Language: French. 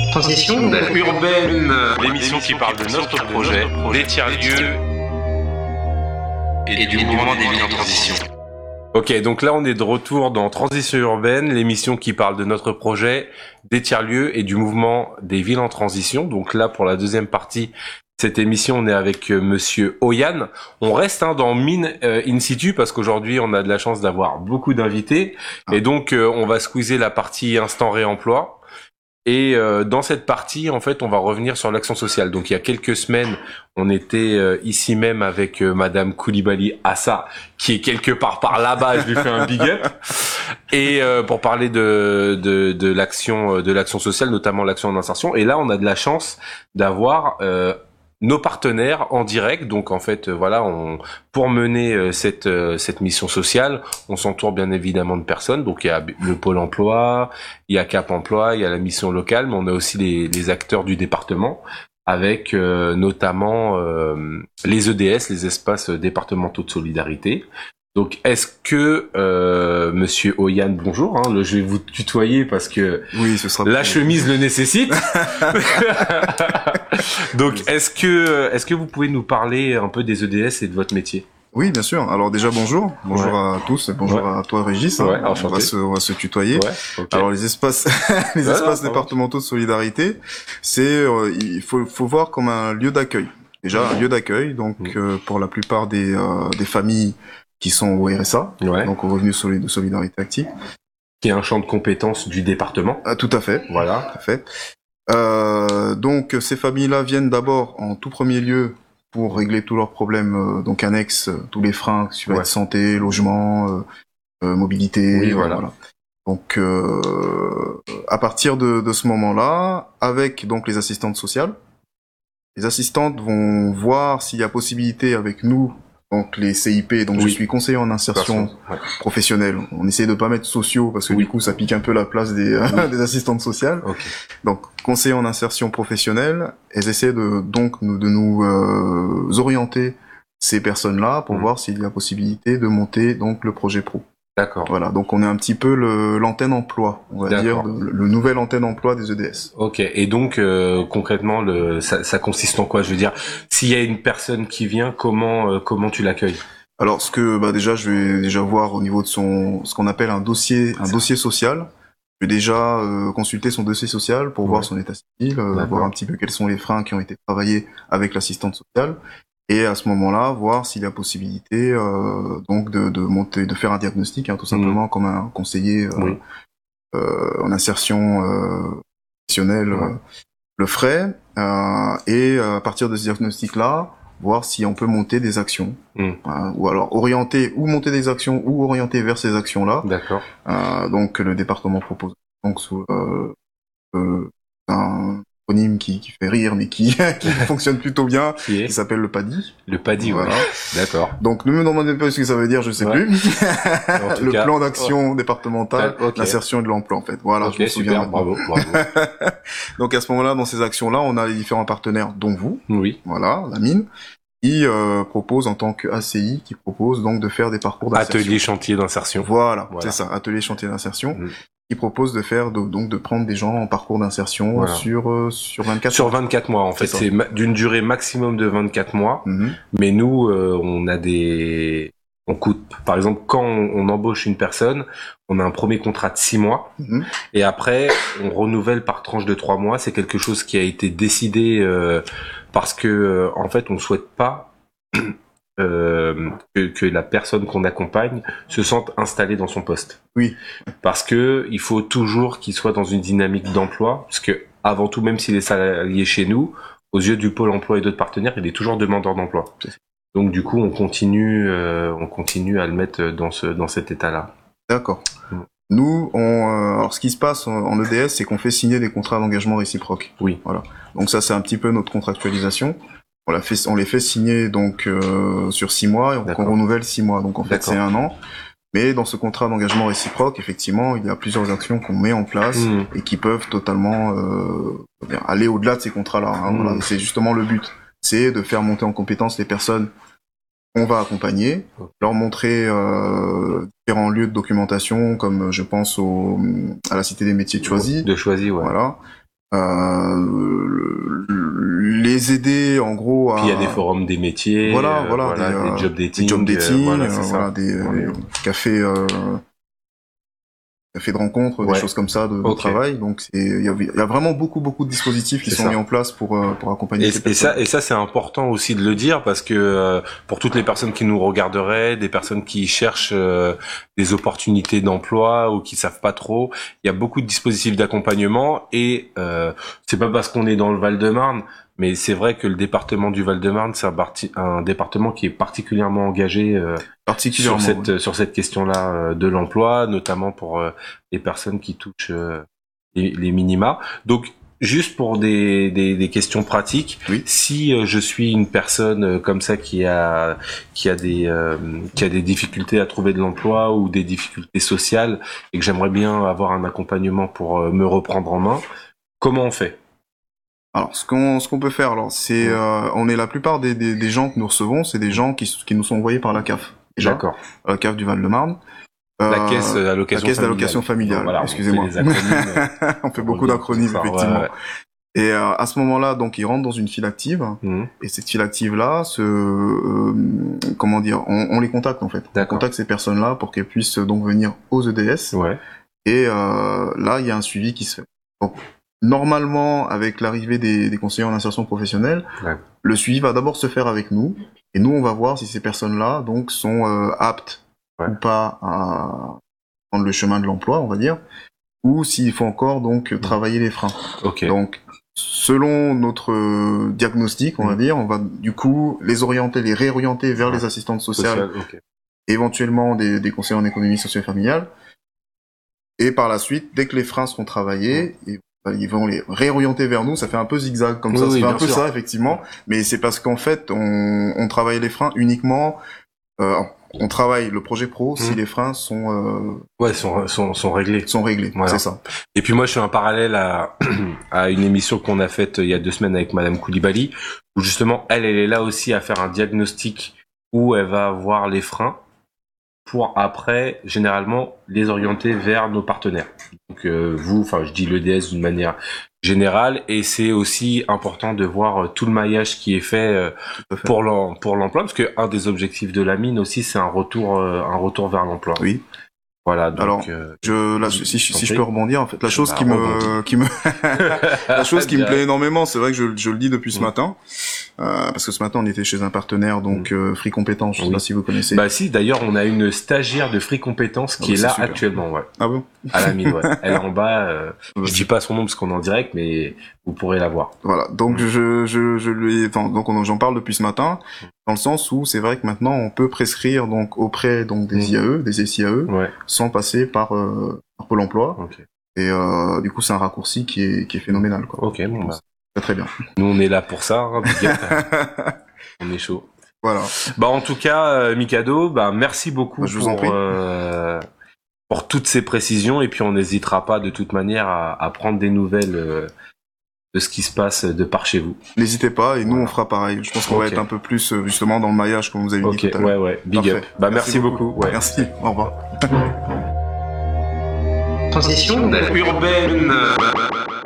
Transition urbaine, l'émission qui parle de notre projet, des tiers-lieux et du mouvement des villes en transition. Ok, donc là on est de retour dans Transition urbaine, l'émission qui parle de notre projet, des tiers-lieux et du mouvement des villes en transition. Donc là pour la deuxième partie de cette émission, on est avec Monsieur Oyan. On reste dans Mine in situ parce qu'aujourd'hui on a de la chance d'avoir beaucoup d'invités et donc on va squeezer la partie instant réemploi. Et dans cette partie, en fait, on va revenir sur l'action sociale. Donc, il y a quelques semaines, on était ici même avec Madame Koulibaly Assa, qui est quelque part par là-bas. Je lui fais un big up. Et pour parler de l'action sociale, notamment l'action en insertion. Et là, on a de la chance d'avoir nos partenaires en direct. Donc en fait, voilà, pour mener cette mission sociale, on s'entoure bien évidemment de personnes. Donc il y a le Pôle Emploi, il y a Cap Emploi, il y a la mission locale, mais on a aussi les acteurs du département, avec notamment les EDS, les espaces départementaux de solidarité. Donc, est-ce que Monsieur Oyan, bonjour, je vais vous tutoyer parce que oui, ce sera la chemise le nécessite. Donc, est-ce que vous pouvez nous parler un peu des EDS et de votre métier? Oui, bien sûr. Alors déjà bonjour à tous, bonjour à toi Régis. Ouais, on va se tutoyer. Ouais, okay. Alors les espaces espaces départementaux de solidarité, c'est il faut voir comme un lieu d'accueil. Déjà un lieu d'accueil, donc pour la plupart des familles qui sont au RSA, donc au revenu de solidarité active, qui est un champ de compétences du département. Ah, tout à fait. Voilà. Tout à fait. Donc ces familles-là viennent d'abord en tout premier lieu pour régler tous leurs problèmes, donc annexes, tous les freins sur la santé, logement, mobilité, oui, voilà. Donc à partir de ce moment-là, avec donc les assistantes sociales, les assistantes vont voir s'il y a possibilité avec nous. Donc les CIP, donc je suis conseiller en insertion professionnelle. On essaie de pas mettre sociaux parce que du coup ça pique un peu la place des assistantes sociales. Okay. Donc conseiller en insertion professionnelle, elles essaient de nous orienter ces personnes-là pour voir s'il y a possibilité de monter donc le projet pro. D'accord. Voilà, donc on est un petit peu l'antenne emploi, on va dire, le nouvel antenne emploi des EDS. Ok, et donc concrètement, ça consiste en quoi? Je veux dire, s'il y a une personne qui vient, comment tu l'accueilles? Alors, déjà, je vais déjà voir au niveau de ce qu'on appelle un dossier social. Je vais déjà consulter son dossier social pour voir son état civil, voir un petit peu quels sont les freins qui ont été travaillés avec l'assistante sociale. Et à ce moment-là, voir s'il y a possibilité donc de faire un diagnostic, tout simplement comme un conseiller en insertion professionnelle le ferait. Et à partir de ce diagnostic-là, voir si on peut monter des actions, ou alors monter des actions ou orienter vers ces actions-là. D'accord. Donc le département propose donc sous un qui fait rire mais qui fonctionne plutôt bien, qui s'appelle le PADI. Le PADI, voilà. D'accord. Donc ne me demandez pas ce que ça veut dire, je sais plus. Le plan d'action départemental, l'insertion de l'emploi en fait. Voilà, je me souviens. Super, bravo. Donc à ce moment-là, dans ces actions-là, on a les différents partenaires, dont vous. Oui. Voilà, la mine. Qui propose en tant que ACI, qui propose donc de faire des parcours d'insertion. Atelier chantier d'insertion. Voilà. C'est ça, atelier chantier d'insertion. Qui propose de faire de prendre des gens en parcours d'insertion sur 24 sur 24 mois en fait, c'est d'une durée maximum de 24 mois. Mais nous on coûte, par exemple, quand on embauche une personne, on a un premier contrat de 6 mois et après on renouvelle par tranche de 3 mois. C'est quelque chose qui a été décidé parce que en fait on souhaite pas que la personne qu'on accompagne se sente installée dans son poste. Oui. Parce que il faut toujours qu'il soit dans une dynamique d'emploi, parce que avant tout, même s'il est salarié chez nous, aux yeux du Pôle Emploi et d'autres partenaires, il est toujours demandeur d'emploi. Donc du coup, on continue à le mettre dans cet état-là. D'accord. Nous, alors ce qui se passe en EDS, c'est qu'on fait signer des contrats d'engagement réciproques. Oui. Voilà. Donc ça, c'est un petit peu notre contractualisation. On les fait signer donc sur 6 mois et on renouvelle 6 mois. Donc en fait c'est 1 an. Mais dans ce contrat d'engagement réciproque, effectivement, il y a plusieurs actions qu'on met en place et qui peuvent totalement aller au-delà de ces contrats-là. Voilà. C'est justement le but, c'est de faire monter en compétence les personnes qu'on va accompagner, leur montrer différents lieux de documentation, comme je pense à la Cité des métiers de Choisy. De Choisy, ouais. Voilà. les aider en gros à... Puis il y a des forums des métiers, voilà, des job dating, des cafés de rencontre, des choses comme ça de travail. Donc il y a vraiment beaucoup de dispositifs qui sont mis en place pour accompagner ces personnes. Et ça c'est important aussi de le dire parce que pour toutes les personnes qui nous regarderaient, des personnes qui cherchent des opportunités d'emploi ou qui savent pas trop, il y a beaucoup de dispositifs d'accompagnement et c'est pas parce qu'on est dans le Val-de-Marne, mais c'est vrai que le département du Val-de-Marne, c'est un département qui est particulièrement engagé sur cette question-là de l'emploi, notamment pour les personnes qui touchent les minima. Donc, juste pour des questions pratiques, si je suis une personne comme ça qui a des difficultés à trouver de l'emploi ou des difficultés sociales et que j'aimerais bien avoir un accompagnement pour me reprendre en main, comment on fait ? Alors, ce qu'on peut faire, alors, c'est, on est la plupart des gens que nous recevons, c'est des gens qui nous sont envoyés par la CAF. Déjà, d'accord. La CAF du Val-de-Marne. La caisse d'allocation familiale. Voilà, excusez-moi. On fait beaucoup d'acronymes, effectivement. Ouais. Et à ce moment-là, donc, ils rentrent dans une file active. Et cette file active-là, on les contacte, en fait. On contacte ces personnes-là pour qu'elles puissent donc venir aux EDS. Ouais. Et là, il y a un suivi qui se fait. Donc, normalement, avec l'arrivée des conseillers en insertion professionnelle, le suivi va d'abord se faire avec nous, et nous, on va voir si ces personnes-là donc sont aptes ou pas à prendre le chemin de l'emploi, on va dire, ou s'il faut encore donc travailler les freins. Donc, selon notre diagnostic, on va dire, on va du coup les réorienter vers les assistantes sociales, éventuellement des conseillers en économie socio-familiale, et par la suite, dès que les freins seront travaillés, ils vont les réorienter vers nous. Ça fait un peu zigzag comme ça. C'est un peu ça, effectivement. Mais c'est parce qu'en fait, on travaille les freins uniquement. On travaille le projet pro si les freins sont réglés. Voilà. C'est ça. Et puis moi, je fais un parallèle à une émission qu'on a faite il y a 2 semaines avec Madame Koulibaly, où justement, elle est là aussi à faire un diagnostic où elle va voir les freins pour après, généralement, les orienter vers nos partenaires. Donc je dis l'EDS d'une manière générale, et c'est aussi important de voir tout le maillage qui est fait pour l'emploi, parce que un des objectifs de la mine aussi, c'est un retour vers l'emploi. Oui. Voilà. Donc, alors, si je peux rebondir, en fait, la chose qui me plaît énormément, c'est vrai que je le dis depuis ce matin, parce que ce matin on était chez un partenaire, donc Free Compétences, je sais pas si vous connaissez. Bah si, d'ailleurs on a une stagiaire de Free Compétences qui est là super. Actuellement, Ah bon? À la mine, Elle est en bas. Je dis pas son nom parce qu'on est en direct, mais vous pourrez la voir. Voilà. Donc j'en parle depuis ce matin, dans le sens où c'est vrai que maintenant on peut prescrire donc auprès des IAE, des SIAE, sans passer par Pôle emploi. Et du coup c'est un raccourci qui est phénoménal, quoi. Ok, bon bah. Très bien. Nous on est là pour ça, hein, on est chaud. Voilà. Bah en tout cas, Mikado, merci beaucoup pour toutes ces précisions, et puis on n'hésitera pas de toute manière à prendre des nouvelles de ce qui se passe de par chez vous. N'hésitez pas, et nous on fera pareil. Je pense qu'on va être un peu plus justement dans le maillage comme vous avez dit tout à l'heure. Big up. Merci beaucoup. Merci, au revoir. Transition urbaine.